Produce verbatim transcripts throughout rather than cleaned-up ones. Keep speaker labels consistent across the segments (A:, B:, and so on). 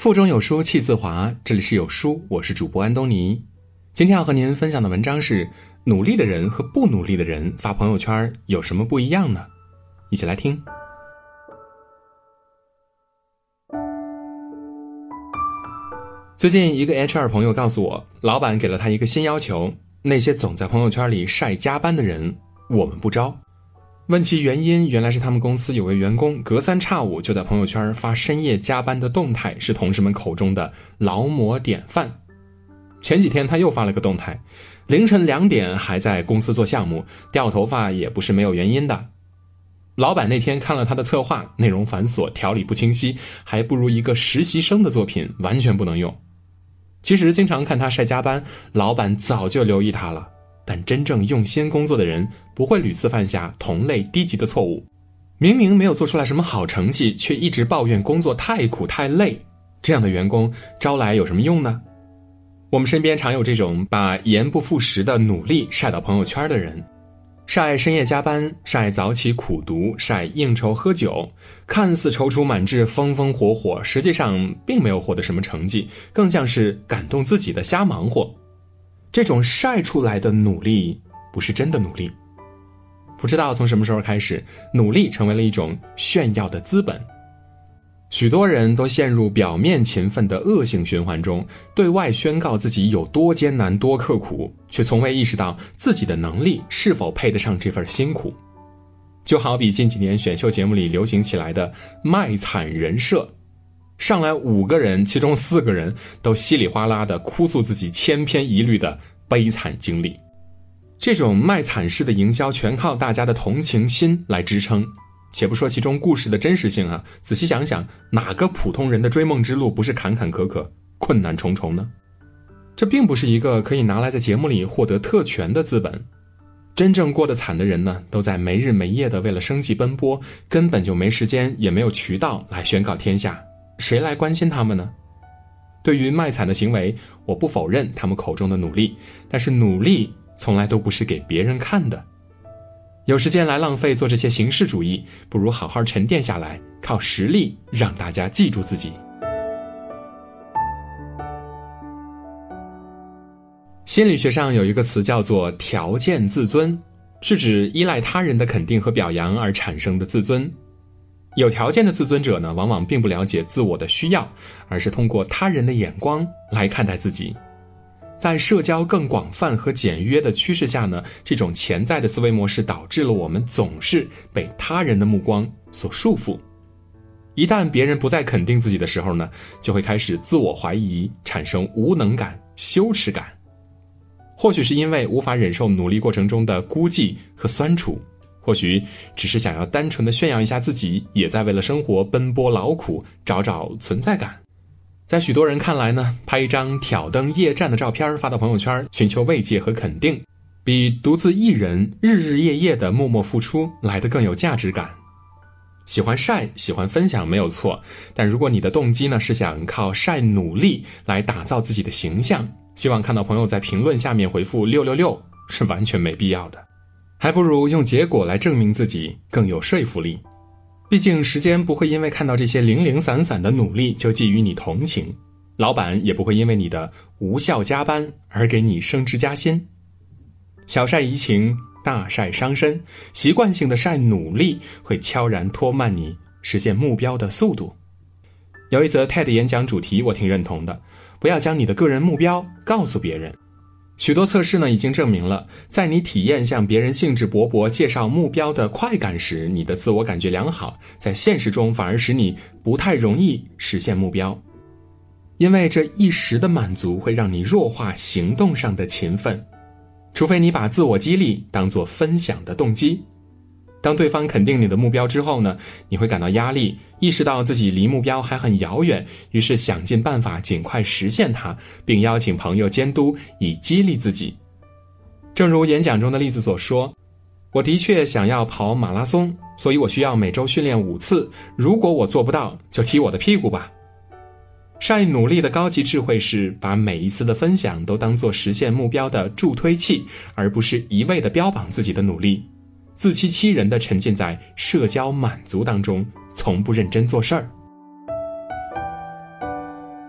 A: 腹中有书气自华，这里是有书，我是主播安东尼。今天要和您分享的文章是：努力的人和不努力的人发朋友圈有什么不一样呢？一起来听。最近一个 H R 朋友告诉我，老板给了他一个新要求，那些总在朋友圈里晒加班的人我们不招。问其原因，原来是他们公司有位员工隔三差五就在朋友圈发深夜加班的动态，是同事们口中的劳模典范。前几天他又发了个动态，凌晨两点还在公司做项目，掉头发也不是没有原因的。老板那天看了他的策划，内容繁琐，条理不清晰，还不如一个实习生的作品，完全不能用。其实经常看他晒加班，老板早就留意他了，但真正用心工作的人不会屡次犯下同类低级的错误。明明没有做出来什么好成绩，却一直抱怨工作太苦太累，这样的员工招来有什么用呢？我们身边常有这种把言不负实的努力晒到朋友圈的人，晒深夜加班，晒早起苦读，晒应酬喝酒，看似踌躇满志风风火火，实际上并没有获得什么成绩，更像是感动自己的瞎忙活。这种晒出来的努力不是真的努力。不知道从什么时候开始，努力成为了一种炫耀的资本。许多人都陷入表面勤奋的恶性循环中，对外宣告自己有多艰难多刻苦，却从未意识到自己的能力是否配得上这份辛苦。就好比近几年选秀节目里流行起来的卖惨人设，上来五个人，其中四个人都稀里哗啦地哭诉自己千篇一律的悲惨经历。这种卖惨式的营销全靠大家的同情心来支撑。且不说其中故事的真实性啊，仔细想想，哪个普通人的追梦之路不是坎坎坷坷、困难重重呢？这并不是一个可以拿来在节目里获得特权的资本。真正过得惨的人呢，都在没日没夜的为了生计奔波，根本就没时间也没有渠道来宣告天下，谁来关心他们呢？对于卖惨的行为，我不否认他们口中的努力，但是努力从来都不是给别人看的。有时间来浪费做这些形式主义，不如好好沉淀下来，靠实力让大家记住自己。心理学上有一个词叫做条件自尊，是指依赖他人的肯定和表扬而产生的自尊。有条件的自尊者呢，往往并不了解自我的需要，而是通过他人的眼光来看待自己。在社交更广泛和简约的趋势下呢，这种潜在的思维模式导致了我们总是被他人的目光所束缚。一旦别人不再肯定自己的时候呢，就会开始自我怀疑，产生无能感、羞耻感。或许是因为无法忍受努力过程中的孤寂和酸楚，或许只是想要单纯的炫耀一下自己也在为了生活奔波劳苦，找找存在感。在许多人看来呢，拍一张挑灯夜战的照片发到朋友圈，寻求慰藉和肯定，比独自一人日日夜夜的默默付出来得更有价值感。喜欢晒，喜欢分享没有错，但如果你的动机呢是想靠晒努力来打造自己的形象，希望看到朋友在评论下面回复六六六，是完全没必要的。还不如用结果来证明自己更有说服力。毕竟时间不会因为看到这些零零散散的努力就给予你同情，老板也不会因为你的无效加班而给你升职加薪。小晒怡情，大晒伤身，习惯性的晒努力会悄然拖慢你实现目标的速度。有一则 T E D 演讲主题我挺认同的，不要将你的个人目标告诉别人。许多测试呢已经证明了，在你体验向别人兴致勃勃介绍目标的快感时，你的自我感觉良好，在现实中反而使你不太容易实现目标。因为这一时的满足会让你弱化行动上的勤奋，除非你把自我激励当作分享的动机。当对方肯定你的目标之后呢，你会感到压力，意识到自己离目标还很遥远，于是想尽办法尽快实现它，并邀请朋友监督以激励自己。正如演讲中的例子所说，我的确想要跑马拉松，所以我需要每周训练五次，如果我做不到，就踢我的屁股吧。晒努力的高级智慧是把每一次的分享都当作实现目标的助推器，而不是一味的标榜自己的努力，自欺欺人地沉浸在社交满足当中，从不认真做事儿。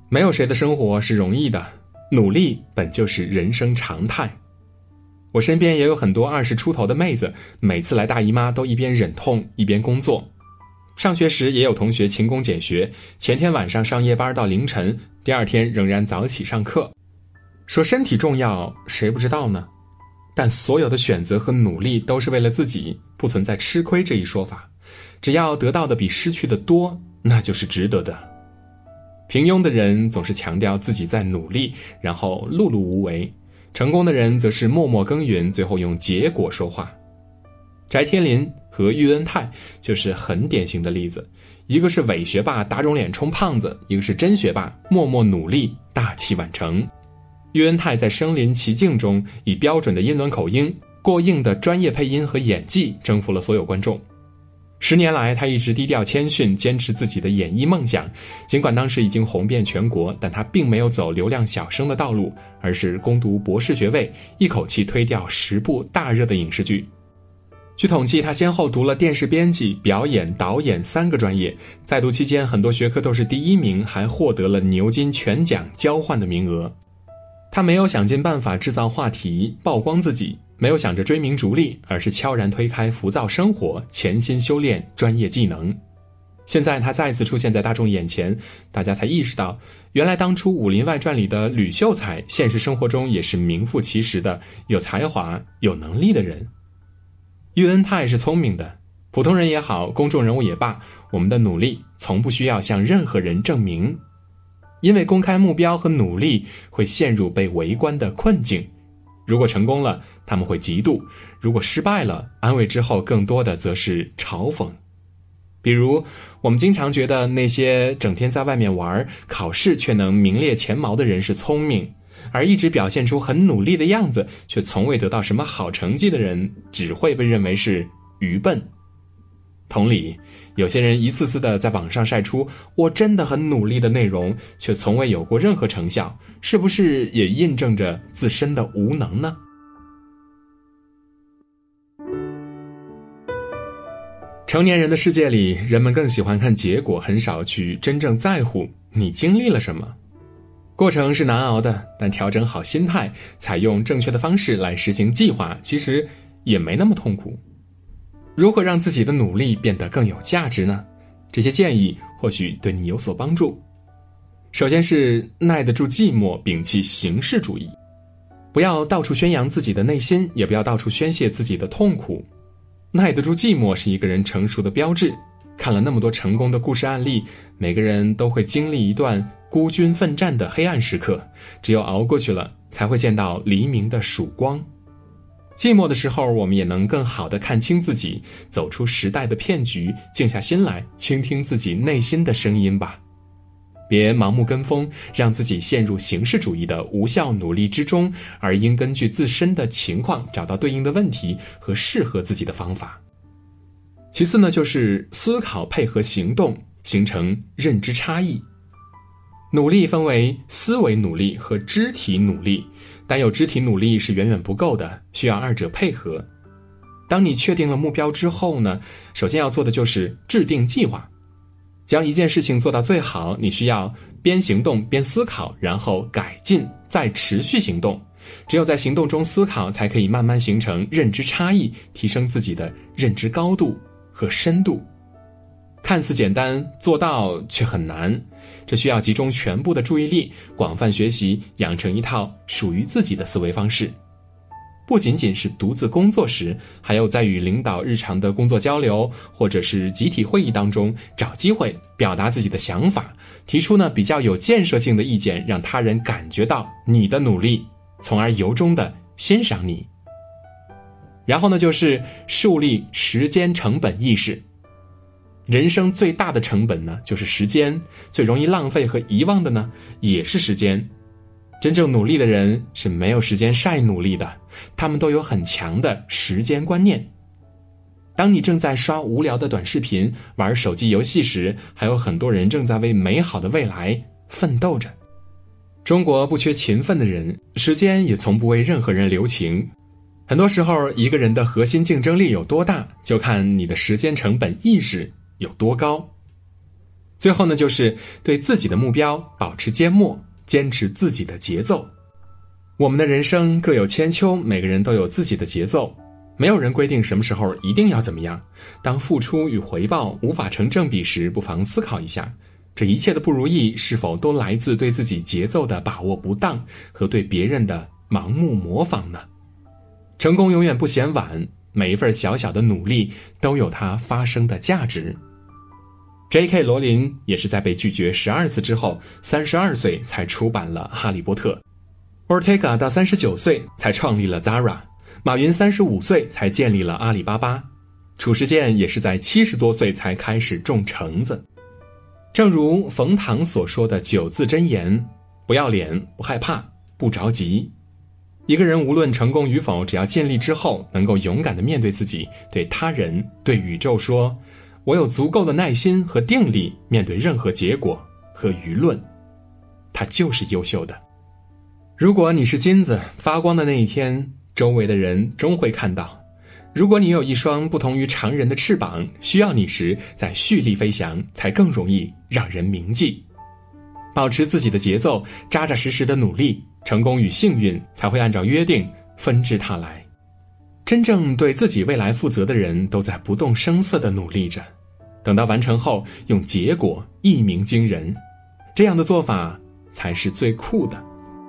A: 没有谁的生活是容易的，努力本就是人生常态。我身边也有很多二十出头的妹子，每次来大姨妈都一边忍痛一边工作。上学时也有同学勤工俭学，前天晚上上夜班到凌晨，第二天仍然早起上课。说身体重要，谁不知道呢？但所有的选择和努力都是为了自己，不存在吃亏这一说法。只要得到的比失去的多，那就是值得的。平庸的人总是强调自己在努力，然后碌碌无为；成功的人则是默默耕耘，最后用结果说话。翟天临和喻恩泰就是很典型的例子，一个是伪学霸打肿脸充胖子，一个是真学霸默默努力大器晚成。喻恩泰在身临其境中以标准的英伦口音、过硬的专业配音和演技征服了所有观众。十年来，他一直低调谦逊，坚持自己的演艺梦想。尽管当时已经红遍全国，但他并没有走流量小生的道路，而是攻读博士学位，一口气推掉十部大热的影视剧。据统计，他先后读了电视编辑、表演、导演三个专业，在读期间很多学科都是第一名，还获得了牛津全奖交换的名额。他没有想尽办法制造话题曝光自己，没有想着追名逐利，而是悄然推开浮躁生活，潜心修炼专业技能。现在他再次出现在大众眼前，大家才意识到，原来当初《武林外传》里的吕秀才，现实生活中也是名副其实的有才华、有能力的人。喻恩泰是聪明的，普通人也好，公众人物也罢，我们的努力从不需要向任何人证明。因为公开目标和努力会陷入被围观的困境，如果成功了，他们会嫉妒；如果失败了，安慰之后更多的则是嘲讽。比如，我们经常觉得那些整天在外面玩，考试却能名列前茅的人是聪明，而一直表现出很努力的样子，却从未得到什么好成绩的人，只会被认为是愚笨。同理，有些人一次次的在网上晒出我真的很努力的内容，却从未有过任何成效，是不是也印证着自身的无能呢？成年人的世界里，人们更喜欢看结果，很少去真正在乎你经历了什么。过程是难熬的，但调整好心态，采用正确的方式来实行计划，其实也没那么痛苦。如何让自己的努力变得更有价值呢？这些建议或许对你有所帮助。首先是耐得住寂寞，摒弃形式主义。不要到处宣扬自己的内心，也不要到处宣泄自己的痛苦。耐得住寂寞是一个人成熟的标志。看了那么多成功的故事案例，每个人都会经历一段孤军奋战的黑暗时刻，只有熬过去了，才会见到黎明的曙光。寂寞的时候，我们也能更好地看清自己，走出时代的骗局，静下心来倾听自己内心的声音吧。别盲目跟风，让自己陷入形式主义的无效努力之中，而应根据自身的情况找到对应的问题和适合自己的方法。其次呢，就是思考配合行动，形成认知差异。努力分为思维努力和肢体努力，但有肢体努力是远远不够的，需要二者配合。当你确定了目标之后呢，首先要做的就是制定计划。将一件事情做到最好，你需要边行动边思考，然后改进，再持续行动。只有在行动中思考，才可以慢慢形成认知差异，提升自己的认知高度和深度。看似简单，做到却很难，这需要集中全部的注意力，广泛学习，养成一套属于自己的思维方式。不仅仅是独自工作时，还有在与领导日常的工作交流，或者是集体会议当中，找机会表达自己的想法，提出呢比较有建设性的意见，让他人感觉到你的努力，从而由衷的欣赏你。然后呢，就是树立时间成本意识。人生最大的成本呢，就是时间，最容易浪费和遗忘的呢，也是时间。真正努力的人是没有时间晒努力的，他们都有很强的时间观念。当你正在刷无聊的短视频，玩手机游戏时，还有很多人正在为美好的未来奋斗着。中国不缺勤奋的人，时间也从不为任何人留情。很多时候，一个人的核心竞争力有多大，就看你的时间成本意识有多高。 最后呢，就是对自己的目标保持缄默，坚持自己的节奏。我们的人生各有千秋，每个人都有自己的节奏，没有人规定什么时候一定要怎么样。当付出与回报无法成正比时，不妨思考一下，这一切的不如意是否都来自对自己节奏的把握不当和对别人的盲目模仿呢？成功永远不嫌晚，每一份小小的努力都有它发生的价值。J K 罗琳也是在被拒绝十二次之后，三十二岁才出版了《哈利波特》。Ortega 到三十九岁才创立了 Zara， 马云三十五岁才建立了阿里巴巴，褚时健也是在七十多岁才开始种橙子。正如冯唐所说的九字真言：不要脸，不害怕，不着急。一个人无论成功与否，只要建立之后能够勇敢地面对自己，对他人，对宇宙说，我有足够的耐心和定力面对任何结果和舆论，他就是优秀的。如果你是金子，发光的那一天，周围的人终会看到。如果你有一双不同于常人的翅膀，需要你时再蓄力飞翔，才更容易让人铭记。保持自己的节奏，扎扎实实的努力，成功与幸运才会按照约定纷至沓来。真正对自己未来负责的人都在不动声色地努力着，等到完成后用结果一鸣惊人，这样的做法才是最酷的。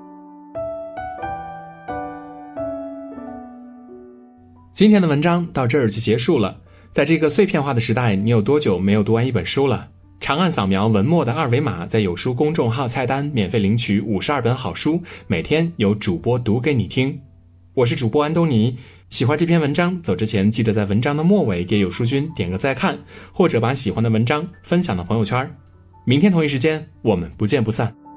A: 今天的文章到这儿就结束了。在这个碎片化的时代，你有多久没有读完一本书了？长按扫描文末的二维码，在有书公众号菜单免费领取五十二本好书，每天有主播读给你听。我是主播安东尼，喜欢这篇文章，走之前记得在文章的末尾给有书君点个再看，或者把喜欢的文章分享到朋友圈。明天同一时间，我们不见不散。